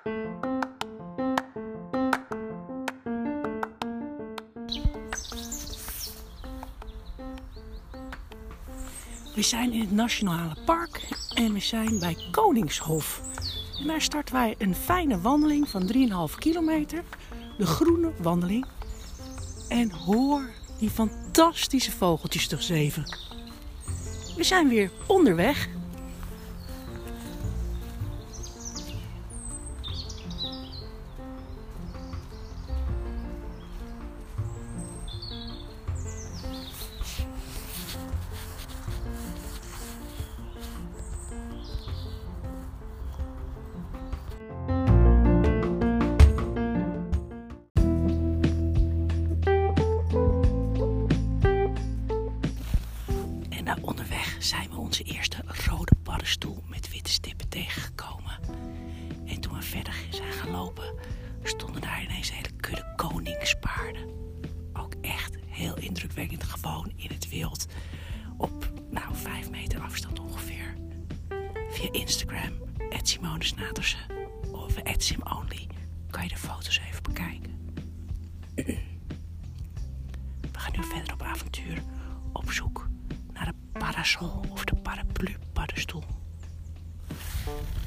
We zijn in het Nationale Park en we zijn bij Koningshof. En daar starten wij een fijne wandeling van 3,5 kilometer. De groene wandeling. En hoor die fantastische vogeltjes toch zeven. We zijn weer onderweg. Nou, onderweg zijn we onze eerste rode paddenstoel met witte stippen tegengekomen. En toen we verder zijn gaan lopen, stonden daar ineens een hele kudde koningspaarden. Ook echt heel indrukwekkend, gewoon in het wild. Op 5 meter afstand ongeveer. Via Instagram, @SimoneSnatersen of @SimOnly kan je de foto's even bekijken. We gaan nu verder op avontuur op zoek naar de parasol of de paraplu paddenstoel.